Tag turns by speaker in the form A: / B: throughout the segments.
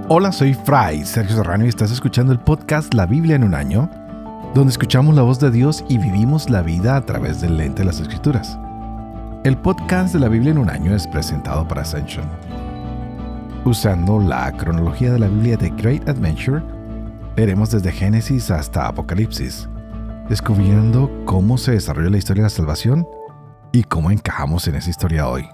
A: Hola, soy Fray Sergio Serrano y estás escuchando el podcast La Biblia en un año, donde escuchamos la voz de Dios y vivimos la vida a través del lente de las Escrituras. El podcast de La Biblia en un año es presentado por Ascension. Usando la cronología de la Biblia de Great Adventure, leeremos desde Génesis hasta Apocalipsis, descubriendo cómo se desarrolla la historia de la salvación y cómo encajamos en esa historia hoy.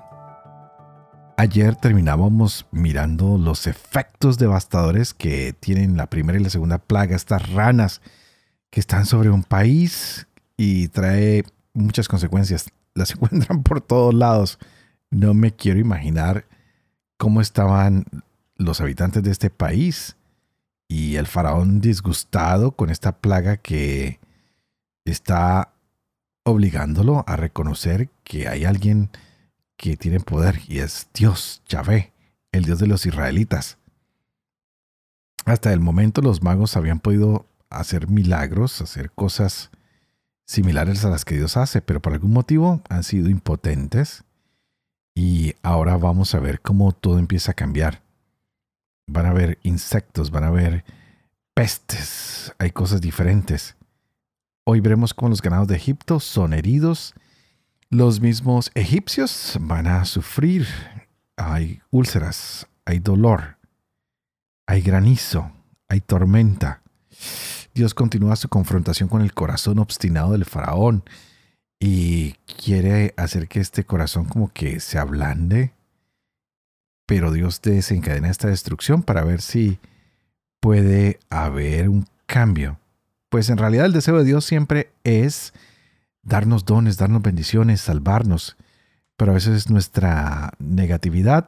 A: Ayer terminábamos mirando los efectos devastadores que tienen la primera y la segunda plaga, estas ranas que están sobre un país y trae muchas consecuencias. Las encuentran por todos lados. No me quiero imaginar cómo estaban los habitantes de este país y el faraón disgustado con esta plaga que está obligándolo a reconocer que hay alguien que tiene poder y es Dios, Yahvé, el Dios de los israelitas. Hasta el momento los magos habían podido hacer milagros, hacer cosas similares a las que Dios hace, pero por algún motivo han sido impotentes y ahora vamos a ver cómo todo empieza a cambiar. Van a haber insectos, van a haber pestes, hay cosas diferentes. Hoy veremos cómo los ganados de Egipto son heridos. Los mismos egipcios van a sufrir. Hay úlceras, hay dolor, hay granizo, hay tormenta. Dios continúa su confrontación con el corazón obstinado del faraón y quiere hacer que este corazón como que se ablande. Pero Dios desencadena esta destrucción para ver si puede haber un cambio. Pues en realidad el deseo de Dios siempre es darnos dones, darnos bendiciones, salvarnos. Pero a veces nuestra negatividad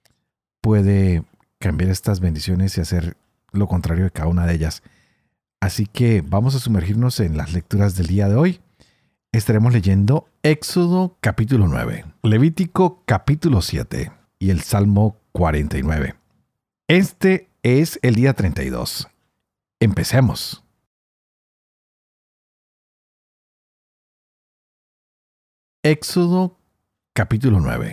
A: puede cambiar estas bendiciones y hacer lo contrario de cada una de ellas. Así que vamos a sumergirnos en las lecturas del día de hoy. Estaremos leyendo Éxodo capítulo 9, Levítico capítulo 7 y el Salmo 49. Este es el día 32. Empecemos. Éxodo capítulo 9.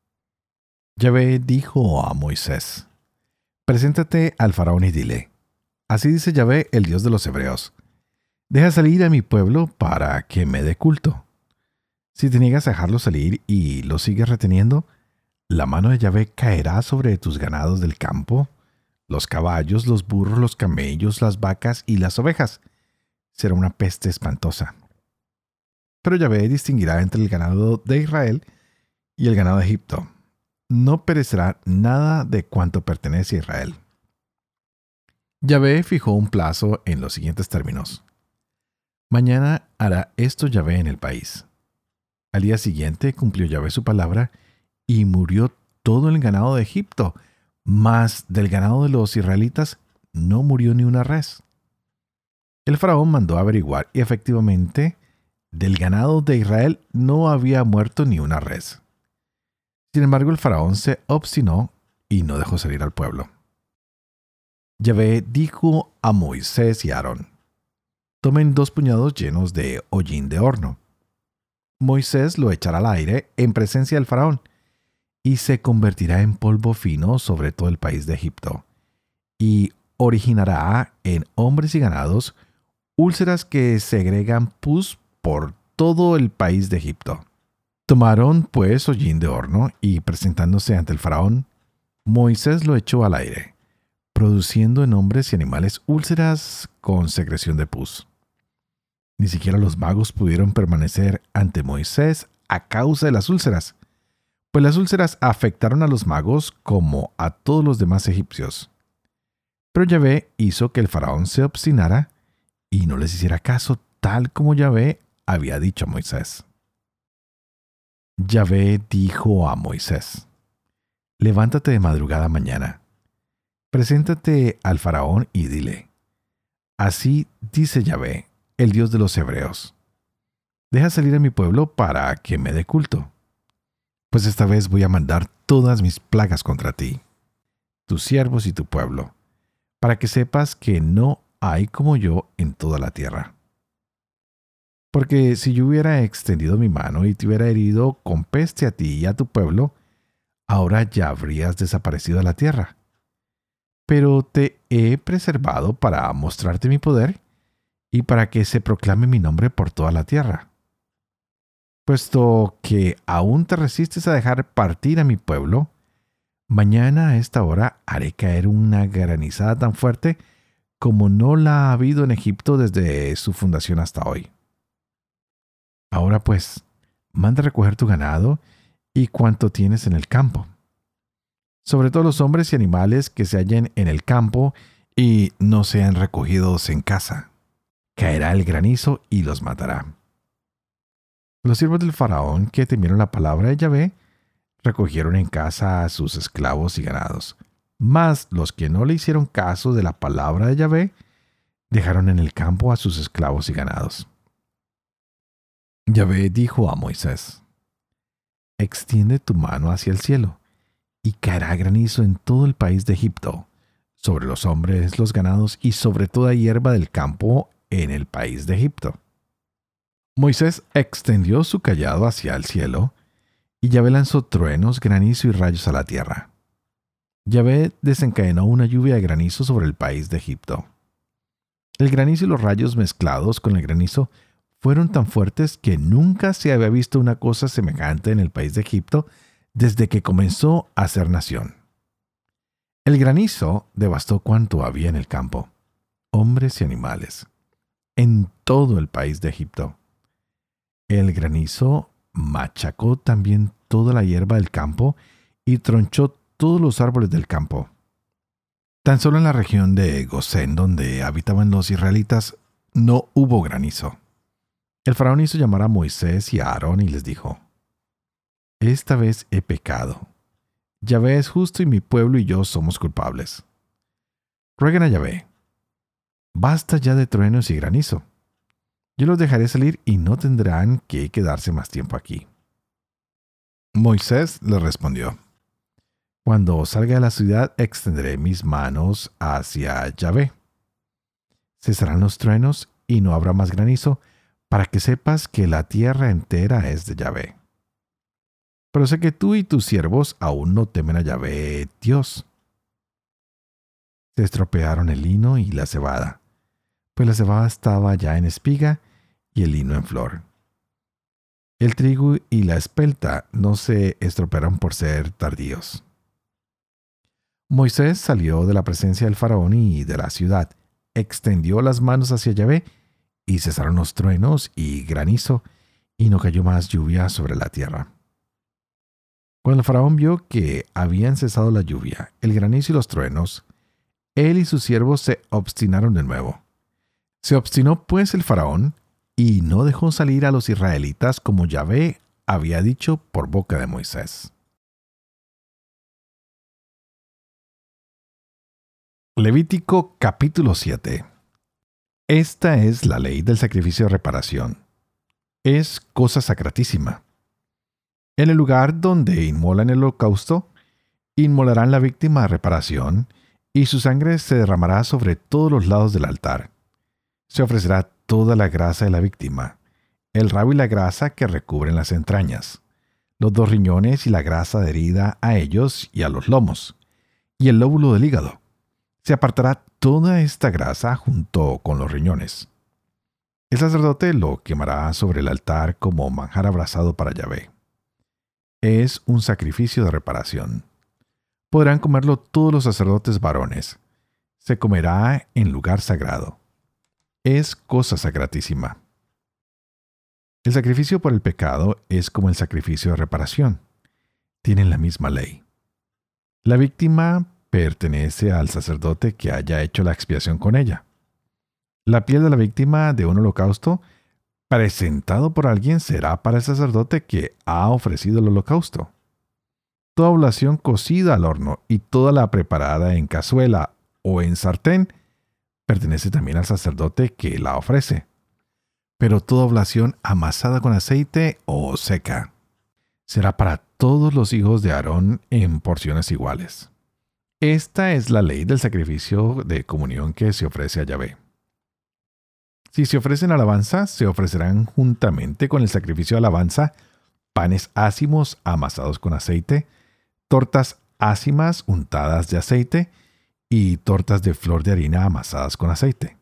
A: Yahvé dijo a Moisés: Preséntate al faraón y dile: Así dice Yahvé, el Dios de los hebreos: Deja salir a mi pueblo para que me dé culto. Si te niegas a dejarlo salir y lo sigues reteniendo, la mano de Yahvé caerá sobre tus ganados del campo, los caballos, los burros, los camellos, las vacas y las ovejas. Será una peste espantosa. Pero Yahvé distinguirá entre el ganado de Israel y el ganado de Egipto. No perecerá nada de cuanto pertenece a Israel. Yahvé fijó un plazo en los siguientes términos: Mañana hará esto Yahvé en el país. Al día siguiente cumplió Yahvé su palabra y murió todo el ganado de Egipto, mas del ganado de los israelitas no murió ni una res. El faraón mandó averiguar y efectivamente del ganado de Israel no había muerto ni una res. Sin embargo, el faraón se obstinó y no dejó salir al pueblo. Yahvé dijo a Moisés y a Aarón: Tomen 2 puñados llenos de hollín de horno. Moisés lo echará al aire en presencia del faraón y se convertirá en polvo fino sobre todo el país de Egipto y originará en hombres y ganados úlceras que segregan pus por todo el país de Egipto. Tomaron pues hollín de horno y presentándose ante el faraón, Moisés lo echó al aire, produciendo en hombres y animales úlceras con secreción de pus. Ni siquiera los magos pudieron permanecer ante Moisés a causa de las úlceras, pues las úlceras afectaron a los magos como a todos los demás egipcios. Pero Yahvé hizo que el faraón se obstinara y no les hiciera caso, tal como Yahvé había dicho a Moisés. Yahvé dijo a Moisés: Levántate de madrugada mañana, preséntate al faraón y dile: Así dice Yahvé, el Dios de los hebreos: Deja salir a mi pueblo para que me dé culto, pues esta vez voy a mandar todas mis plagas contra ti, tus siervos y tu pueblo, para que sepas que no hay como yo en toda la tierra. Porque si yo hubiera extendido mi mano y te hubiera herido con peste a ti y a tu pueblo, ahora ya habrías desaparecido de la tierra. pero te he preservado para mostrarte mi poder y para que se proclame mi nombre por toda la tierra. Puesto que aún te resistes a dejar partir a mi pueblo, mañana a esta hora haré caer una granizada tan fuerte como no la ha habido en Egipto desde su fundación hasta hoy. Ahora pues, manda recoger tu ganado y cuanto tienes en el campo, sobre todo los hombres y animales que se hallen en el campo y no sean recogidos en casa. Caerá el granizo y los matará. Los siervos del faraón que temieron la palabra de Yahvé recogieron en casa a sus esclavos y ganados. Mas los que no le hicieron caso de la palabra de Yahvé dejaron en el campo a sus esclavos y ganados. Yahvé dijo a Moisés: extiende tu mano hacia el cielo, y caerá granizo en todo el país de Egipto, sobre los hombres, los ganados y sobre toda hierba del campo en el país de Egipto. Moisés extendió su cayado hacia el cielo, y Yahvé lanzó truenos, granizo y rayos a la tierra. Yahvé desencadenó una lluvia de granizo sobre el país de Egipto. El granizo y los rayos mezclados con el granizo fueron tan fuertes que nunca se había visto una cosa semejante en el país de Egipto desde que comenzó a ser nación. El granizo devastó cuanto había en el campo, hombres y animales, en todo el país de Egipto. El granizo machacó también toda la hierba del campo y tronchó todos los árboles del campo. Tan solo en la región de Gosén, donde habitaban los israelitas, no hubo granizo. El faraón hizo llamar a Moisés y a Aarón y les dijo: esta vez he pecado. Yahvé es justo y mi pueblo y yo somos culpables. Rueguen a Yahvé: basta ya de truenos y granizo. Yo los dejaré salir y no tendrán que quedarse más tiempo aquí. Moisés les respondió: cuando salga de la ciudad extenderé mis manos hacia Yahvé. Cesarán los truenos y no habrá más granizo, para que sepas que la tierra entera es de Yahvé. Pero sé que tú y tus siervos aún no temen a Yahvé, Dios. Se estropearon el lino y la cebada, pues la cebada estaba ya en espiga y el lino en flor. El trigo y la espelta no se estropearon por ser tardíos. Moisés salió de la presencia del faraón y de la ciudad, extendió las manos hacia Yahvé, y cesaron los truenos y granizo, y no cayó más lluvia sobre la tierra. Cuando el faraón vio que habían cesado la lluvia, el granizo y los truenos, él y sus siervos se obstinaron de nuevo. Se obstinó pues el faraón, y no dejó salir a los israelitas como Yahvé había dicho por boca de Moisés. Levítico capítulo 7. Esta es la ley del sacrificio de reparación. Es cosa sacratísima. En el lugar donde inmolan el holocausto, inmolarán la víctima de reparación, y su sangre se derramará sobre todos los lados del altar. Se ofrecerá toda la grasa de la víctima, el rabo y la grasa que recubren las entrañas, los 2 riñones y la grasa adherida a ellos y a los lomos, y el lóbulo del hígado. Se apartará toda esta grasa junto con los riñones. El sacerdote lo quemará sobre el altar como manjar abrasado para Yahvé. Es un sacrificio de reparación. Podrán comerlo todos los sacerdotes varones. Se comerá en lugar sagrado. Es cosa sacratísima. El sacrificio por el pecado es como el sacrificio de reparación. Tienen la misma ley. La víctima pertenece al sacerdote que haya hecho la expiación con ella. La piel de la víctima de un holocausto presentado por alguien será para el sacerdote que ha ofrecido el holocausto. Toda oblación cocida al horno y toda la preparada en cazuela o en sartén pertenece también al sacerdote que la ofrece. Pero toda oblación amasada con aceite o seca será para todos los hijos de Aarón en porciones iguales. Esta es la ley del sacrificio de comunión que se ofrece a Yahvé. Si se ofrecen alabanza, se ofrecerán juntamente con el sacrificio de alabanza panes ácimos amasados con aceite, tortas ácimas untadas de aceite y tortas de flor de harina amasadas con aceite.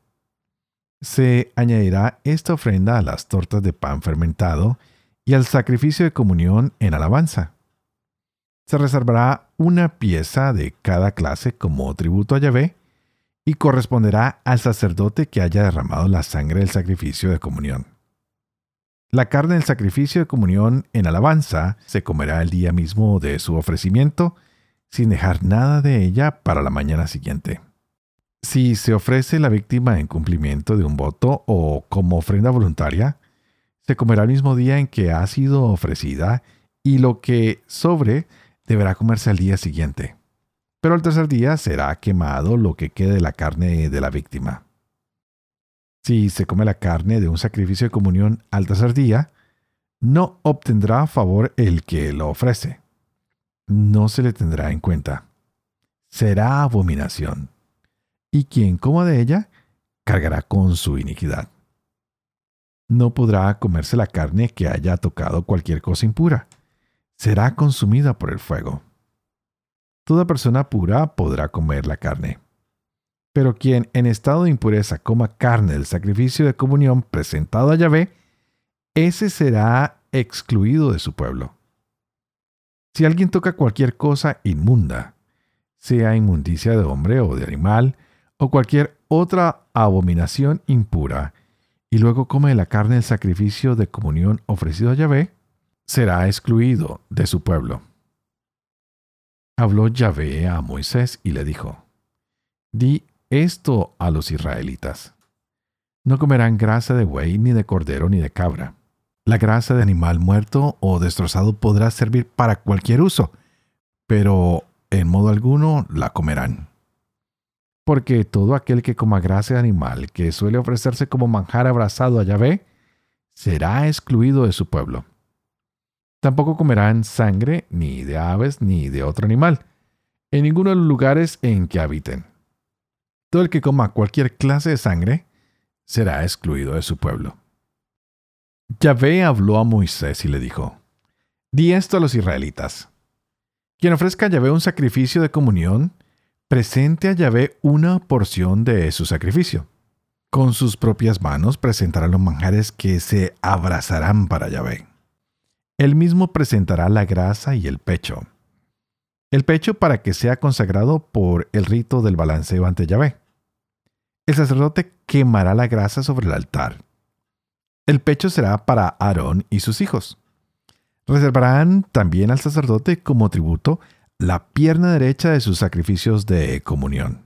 A: Se añadirá esta ofrenda a las tortas de pan fermentado y al sacrificio de comunión en alabanza. Se reservará una pieza de cada clase como tributo a Yahvé y corresponderá al sacerdote que haya derramado la sangre del sacrificio de comunión. La carne del sacrificio de comunión en alabanza se comerá el día mismo de su ofrecimiento, sin dejar nada de ella para la mañana siguiente. Si se ofrece la víctima en cumplimiento de un voto o como ofrenda voluntaria, se comerá el mismo día en que ha sido ofrecida y lo que sobre deberá comerse al día siguiente. Pero al tercer día será quemado lo que quede de la carne de la víctima. Si se come la carne de un sacrificio de comunión al tercer día, no obtendrá favor el que lo ofrece. No se le tendrá en cuenta. Será abominación. Y quien coma de ella, cargará con su iniquidad. No podrá comerse la carne que haya tocado cualquier cosa impura. Será consumida por el fuego. Toda persona pura podrá comer la carne. Pero quien en estado de impureza coma carne del sacrificio de comunión presentado a Yahvé, ese será excluido de su pueblo. Si alguien toca cualquier cosa inmunda, sea inmundicia de hombre o de animal, o cualquier otra abominación impura, y luego come la carne del sacrificio de comunión ofrecido a Yahvé, será excluido de su pueblo. Habló Yahvé a Moisés y le dijo: Di esto a los israelitas: no comerán grasa de buey, ni de cordero, ni de cabra. La grasa de animal muerto o destrozado podrá servir para cualquier uso, pero en modo alguno la comerán. Porque todo aquel que coma grasa de animal que suele ofrecerse como manjar abrasado a Yahvé, será excluido de su pueblo. Tampoco comerán sangre ni de aves ni de otro animal, en ninguno de los lugares en que habiten. Todo el que coma cualquier clase de sangre será excluido de su pueblo. Yahvé habló a Moisés y le dijo: Di esto a los israelitas: quien ofrezca a Yahvé un sacrificio de comunión, presente a Yahvé una porción de su sacrificio. Con sus propias manos presentará los manjares que se abrazarán para Yahvé. Él mismo presentará la grasa y el pecho. El pecho para que sea consagrado por el rito del balanceo ante Yahvé. El sacerdote quemará la grasa sobre el altar. El pecho será para Aarón y sus hijos. Reservarán también al sacerdote como tributo la pierna derecha de sus sacrificios de comunión.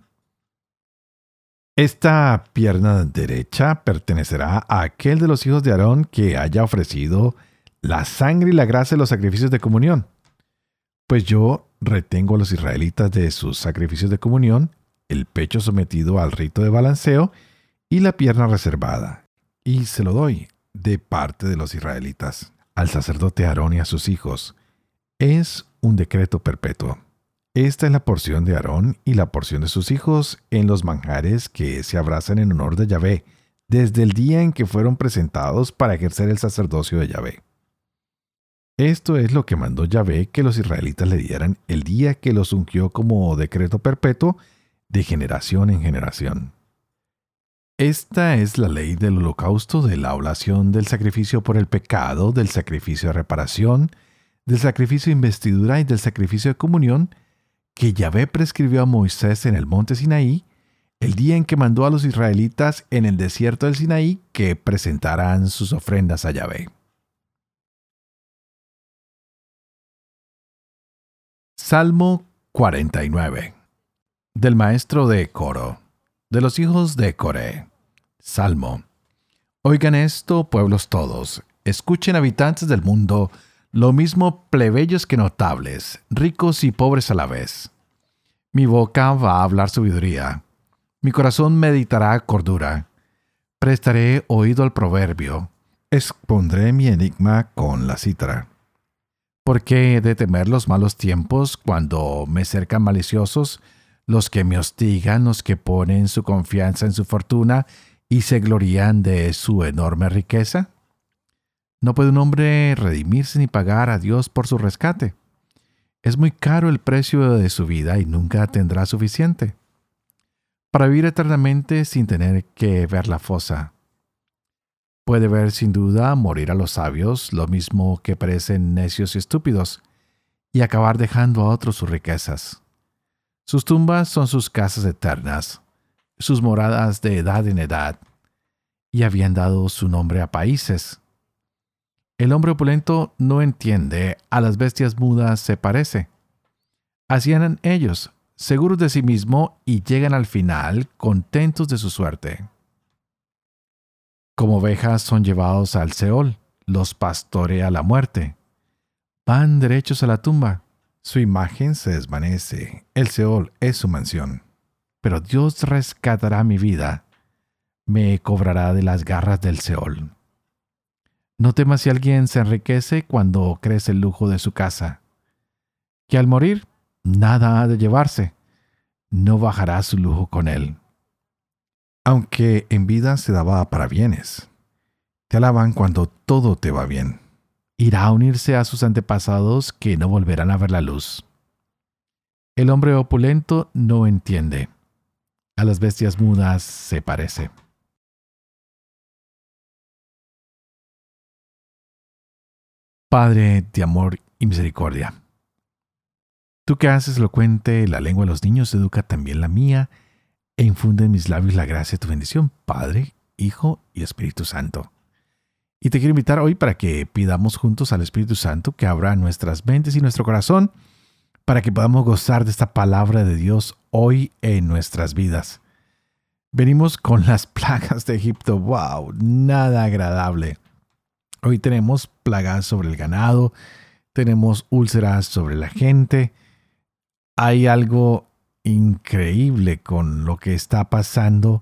A: Esta pierna derecha pertenecerá a aquel de los hijos de Aarón que haya ofrecido la sangre y la grasa de los sacrificios de comunión. Pues yo retengo a los israelitas de sus sacrificios de comunión, el pecho sometido al rito de balanceo y la pierna reservada, y se lo doy de parte de los israelitas al sacerdote Aarón y a sus hijos. Es un decreto perpetuo. Esta es la porción de Aarón y la porción de sus hijos en los manjares que se abrazan en honor de Yahvé, desde el día en que fueron presentados para ejercer el sacerdocio de Yahvé. Esto es lo que mandó Yahvé que los israelitas le dieran el día que los ungió como decreto perpetuo de generación en generación. Esta es la ley del holocausto, de la oblación, del sacrificio por el pecado, del sacrificio de reparación, del sacrificio de investidura y del sacrificio de comunión, que Yahvé prescribió a Moisés en el monte Sinaí, el día en que mandó a los israelitas en el desierto del Sinaí que presentaran sus ofrendas a Yahvé. Salmo 49. Del maestro de coro, de los hijos de Coré. Salmo. Oigan esto, pueblos todos, escuchen, habitantes del mundo, lo mismo plebeyos que notables, ricos y pobres a la vez. Mi boca va a hablar sabiduría, mi corazón meditará cordura. Prestaré oído al proverbio, expondré mi enigma con la cítara. ¿Por qué he de temer los malos tiempos cuando me cercan maliciosos, los que me hostigan, los que ponen su confianza en su fortuna y se glorían de su enorme riqueza? No puede un hombre redimirse ni pagar a Dios por su rescate. Es muy caro el precio de su vida y nunca tendrá suficiente. para vivir eternamente sin tener que ver la fosa. Puede ver sin duda morir a los sabios, lo mismo que parecen necios y estúpidos, y acabar dejando a otros sus riquezas. Sus tumbas son sus casas eternas, sus moradas de edad en edad, y habían dado su nombre a países. El hombre opulento no entiende, a las bestias mudas se parece. Así eran ellos, seguros de sí mismo, y llegan al final contentos de su suerte. Como ovejas son llevados al Seol, los pastorea la muerte. Van derechos a la tumba. Su imagen se desvanece, el Seol es su mansión. Pero Dios rescatará mi vida, me cobrará de las garras del Seol. No temas si alguien se enriquece cuando crece el lujo de su casa, que al morir nada ha de llevarse, no bajará su lujo con él. Aunque en vida se daba para bienes, te alaban cuando todo te va bien. Irá a unirse a sus antepasados que no volverán a ver la luz. El hombre opulento no entiende, a las bestias mudas se parece. Padre de amor y misericordia, tú que haces elocuente la lengua de los niños, educa también la mía, e infunde en mis labios la gracia de tu bendición, Padre, Hijo y Espíritu Santo. Y te quiero invitar hoy para que pidamos juntos al Espíritu Santo que abra nuestras mentes y nuestro corazón para que podamos gozar de esta palabra de Dios hoy en nuestras vidas. Venimos con las plagas de Egipto, wow, nada agradable. Hoy tenemos plagas sobre el ganado, tenemos úlceras sobre la gente. Hay algo increíble con lo que está pasando.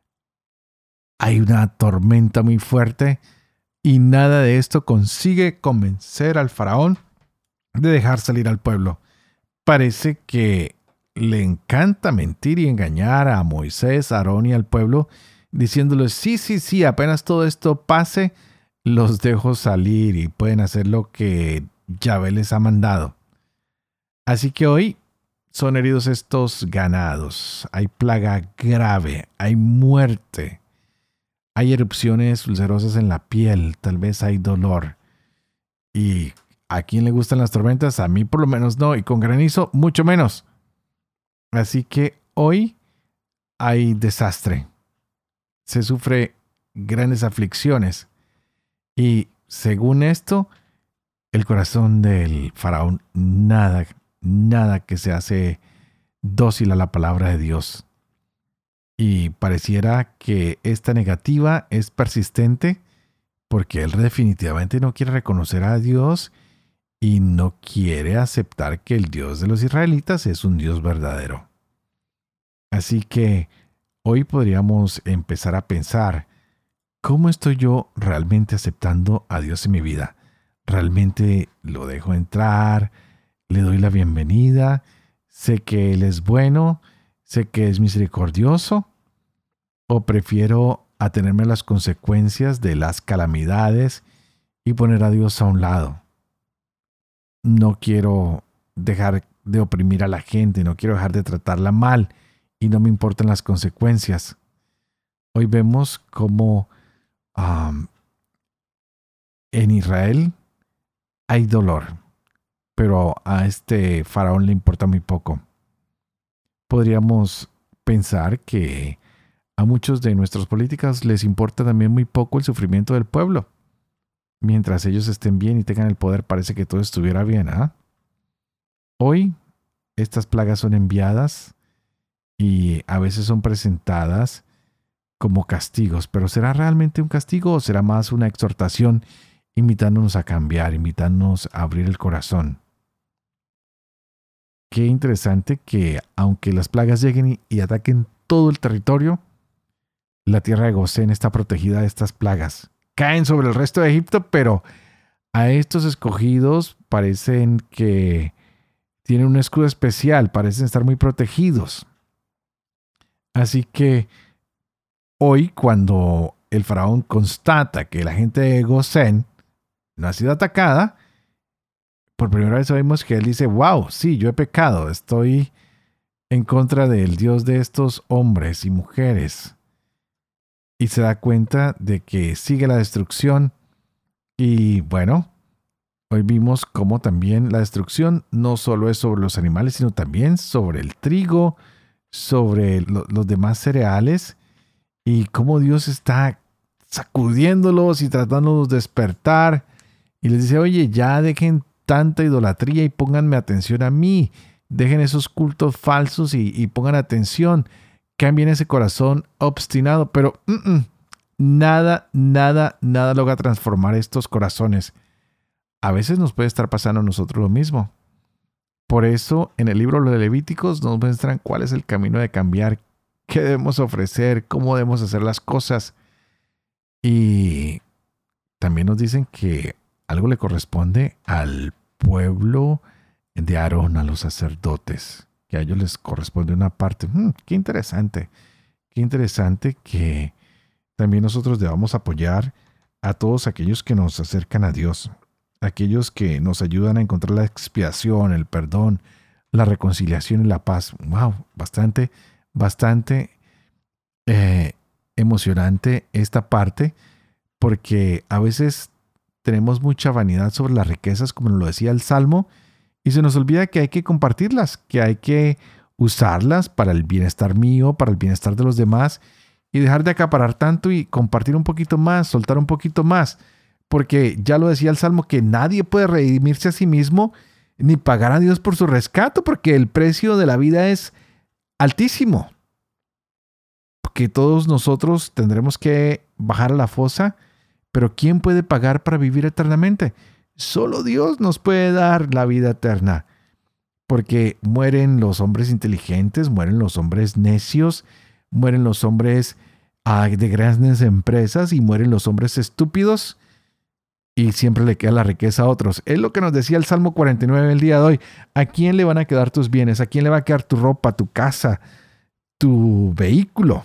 A: Hay una tormenta muy fuerte y nada de esto consigue convencer al faraón de dejar salir al pueblo. Parece que le encanta mentir y engañar a Moisés, a Aarón y al pueblo, diciéndoles, sí, apenas todo esto pase, los dejo salir y pueden hacer lo que Yahvé les ha mandado. Así que hoy son heridos estos ganados. Hay plaga grave, hay muerte, hay erupciones ulcerosas en la piel, tal vez hay dolor. ¿Y a quién le gustan las tormentas? A mí por lo menos no, y con granizo mucho menos. Así que hoy hay desastre. Se sufre grandes aflicciones. Y según esto, el corazón del faraón nada que se hace dócil a la palabra de Dios. Y pareciera que esta negativa es persistente porque él definitivamente no quiere reconocer a Dios y no quiere aceptar que el Dios de los israelitas es un Dios verdadero. Así que hoy podríamos empezar a pensar, ¿cómo estoy yo realmente aceptando a Dios en mi vida? ¿Realmente lo dejo entrar? ¿Le doy la bienvenida? ¿Sé que Él es bueno? ¿Sé que es misericordioso? ¿O prefiero atenerme a las consecuencias de las calamidades y poner a Dios a un lado? No quiero dejar de oprimir a la gente, no quiero dejar de tratarla mal y no me importan las consecuencias. Hoy vemos cómo en Israel hay dolor, pero a este faraón le importa muy poco. Podríamos pensar que a muchos de nuestros políticos les importa también muy poco el sufrimiento del pueblo. Mientras ellos estén bien y tengan el poder, parece que todo estuviera bien, ¿ah? Hoy, estas plagas son enviadas y a veces son presentadas como castigos, pero ¿será realmente un castigo o será más una exhortación invitándonos a cambiar, invitándonos a abrir el corazón? Qué interesante que aunque las plagas lleguen y ataquen todo el territorio, la tierra de Gosén está protegida de estas plagas. Caen sobre el resto de Egipto, pero a estos escogidos parecen que tienen un escudo especial, parecen estar muy protegidos. Así que hoy, cuando el faraón constata que la gente de Gosén no ha sido atacada, por primera vez oímos que él dice, wow, sí, yo he pecado, estoy en contra del Dios de estos hombres y mujeres. Y se da cuenta de que sigue la destrucción. Y bueno, hoy vimos cómo también la destrucción no solo es sobre los animales, sino también sobre el trigo, sobre los demás cereales, y cómo Dios está sacudiéndolos y tratándolos de despertar. Y les dice, oye, ya dejen tanta idolatría y pónganme atención a mí. Dejen esos cultos falsos y pongan atención. Cambien ese corazón obstinado. Pero nada logra transformar estos corazones. A veces nos puede estar pasando a nosotros lo mismo. Por eso en el libro de Levíticos nos muestran cuál es el camino de cambiar, qué debemos ofrecer, cómo debemos hacer las cosas. Y también nos dicen que algo le corresponde al pueblo de Aarón, a los sacerdotes, que a ellos les corresponde una parte. Qué interesante que también nosotros debamos apoyar a todos aquellos que nos acercan a Dios, aquellos que nos ayudan a encontrar la expiación, el perdón, la reconciliación y la paz. Wow, bastante emocionante esta parte, porque a veces tenemos mucha vanidad sobre las riquezas, como nos lo decía el Salmo, y se nos olvida que hay que compartirlas, que hay que usarlas para el bienestar mío, para el bienestar de los demás, y dejar de acaparar tanto y compartir un poquito más, soltar un poquito más, porque ya lo decía el Salmo, que nadie puede redimirse a sí mismo ni pagar a Dios por su rescate, porque el precio de la vida es altísimo. Que todos nosotros tendremos que bajar a la fosa, pero ¿quién puede pagar para vivir eternamente? Solo Dios nos puede dar la vida eterna, porque mueren los hombres inteligentes, mueren los hombres necios, mueren los hombres de grandes empresas y mueren los hombres estúpidos, y siempre le queda la riqueza a otros. Es lo que nos decía el Salmo 49 el día de hoy. ¿A quién le van a quedar tus bienes? ¿A quién le va a quedar tu ropa, tu casa, tu vehículo?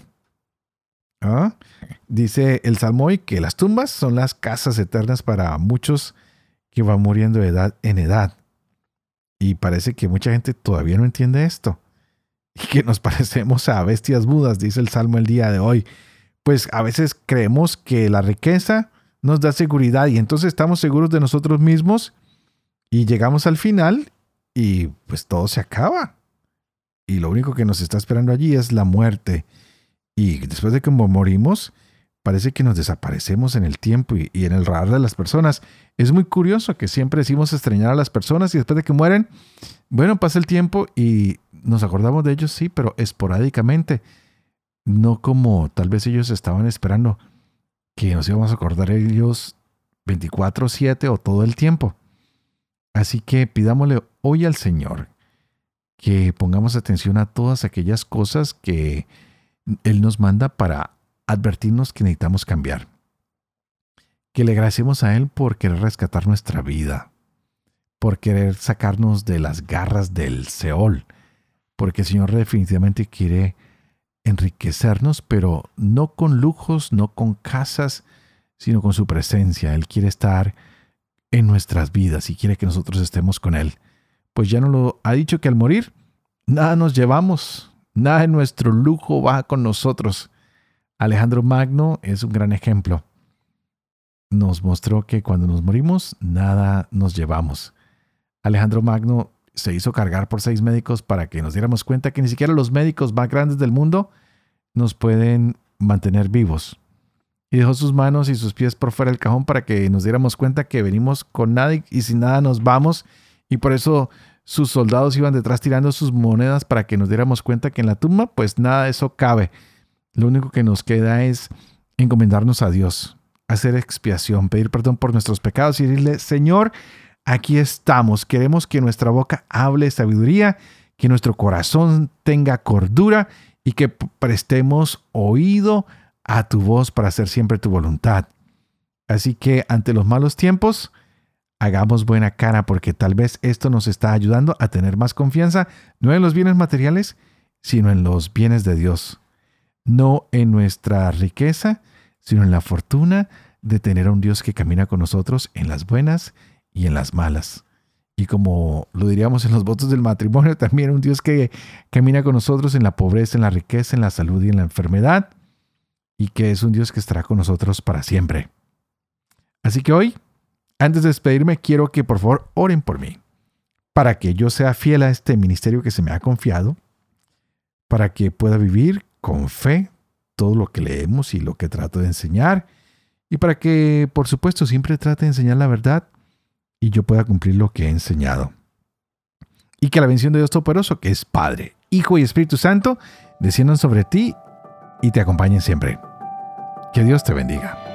A: Dice el Salmo hoy que las tumbas son las casas eternas para muchos que van muriendo de edad en edad. Y parece que mucha gente todavía no entiende esto. Y que nos parecemos a bestias mudas, dice el Salmo el día de hoy. Pues a veces creemos que la riqueza nos da seguridad y entonces estamos seguros de nosotros mismos y llegamos al final y pues todo se acaba. Y lo único que nos está esperando allí es la muerte. Y después de que morimos, parece que nos desaparecemos en el tiempo y en el radar de las personas. Es muy curioso que siempre decimos extrañar a las personas y después de que mueren, bueno, pasa el tiempo y nos acordamos de ellos, sí, pero esporádicamente. No como tal vez ellos estaban esperando que nos íbamos a acordar de ellos 24/7 o todo el tiempo. Así que pidámosle hoy al Señor que pongamos atención a todas aquellas cosas que Él nos manda para advertirnos que necesitamos cambiar. Que le agradecemos a Él por querer rescatar nuestra vida, por querer sacarnos de las garras del Seol, porque el Señor definitivamente quiere enriquecernos, pero no con lujos, no con casas, sino con su presencia. Él quiere estar en nuestras vidas y quiere que nosotros estemos con Él. Pues ya nos lo ha dicho que al morir, nada nos llevamos, nada de nuestro lujo va con nosotros. Alejandro Magno es un gran ejemplo. Nos mostró que cuando nos morimos, nada nos llevamos. Alejandro Magno se hizo cargar por 6 médicos para que nos diéramos cuenta que ni siquiera los médicos más grandes del mundo nos pueden mantener vivos. Y dejó sus manos y sus pies por fuera del cajón para que nos diéramos cuenta que venimos con nada y sin nada nos vamos. Y por eso sus soldados iban detrás tirando sus monedas para que nos diéramos cuenta que en la tumba pues nada de eso cabe. Lo único que nos queda es encomendarnos a Dios, hacer expiación, pedir perdón por nuestros pecados y decirle, Señor, aquí estamos. Queremos que nuestra boca hable sabiduría, que nuestro corazón tenga cordura y que prestemos oído a tu voz para hacer siempre tu voluntad. Así que ante los malos tiempos, hagamos buena cara porque tal vez esto nos está ayudando a tener más confianza, no en los bienes materiales, sino en los bienes de Dios. No en nuestra riqueza, sino en la fortuna de tener a un Dios que camina con nosotros en las buenas y en las malas. Y como lo diríamos en los votos del matrimonio, también un Dios que camina con nosotros en la pobreza, en la riqueza, en la salud y en la enfermedad. Y que es un Dios que estará con nosotros para siempre. Así que hoy, antes de despedirme, quiero que por favor oren por mí. Para que yo sea fiel a este ministerio que se me ha confiado. Para que pueda vivir con fe todo lo que leemos y lo que trato de enseñar. Y para que, por supuesto, siempre trate de enseñar la verdad y yo pueda cumplir lo que he enseñado. Y que la bendición de Dios Todopoderoso, que es Padre, Hijo y Espíritu Santo, desciendan sobre ti y te acompañen siempre. Que Dios te bendiga.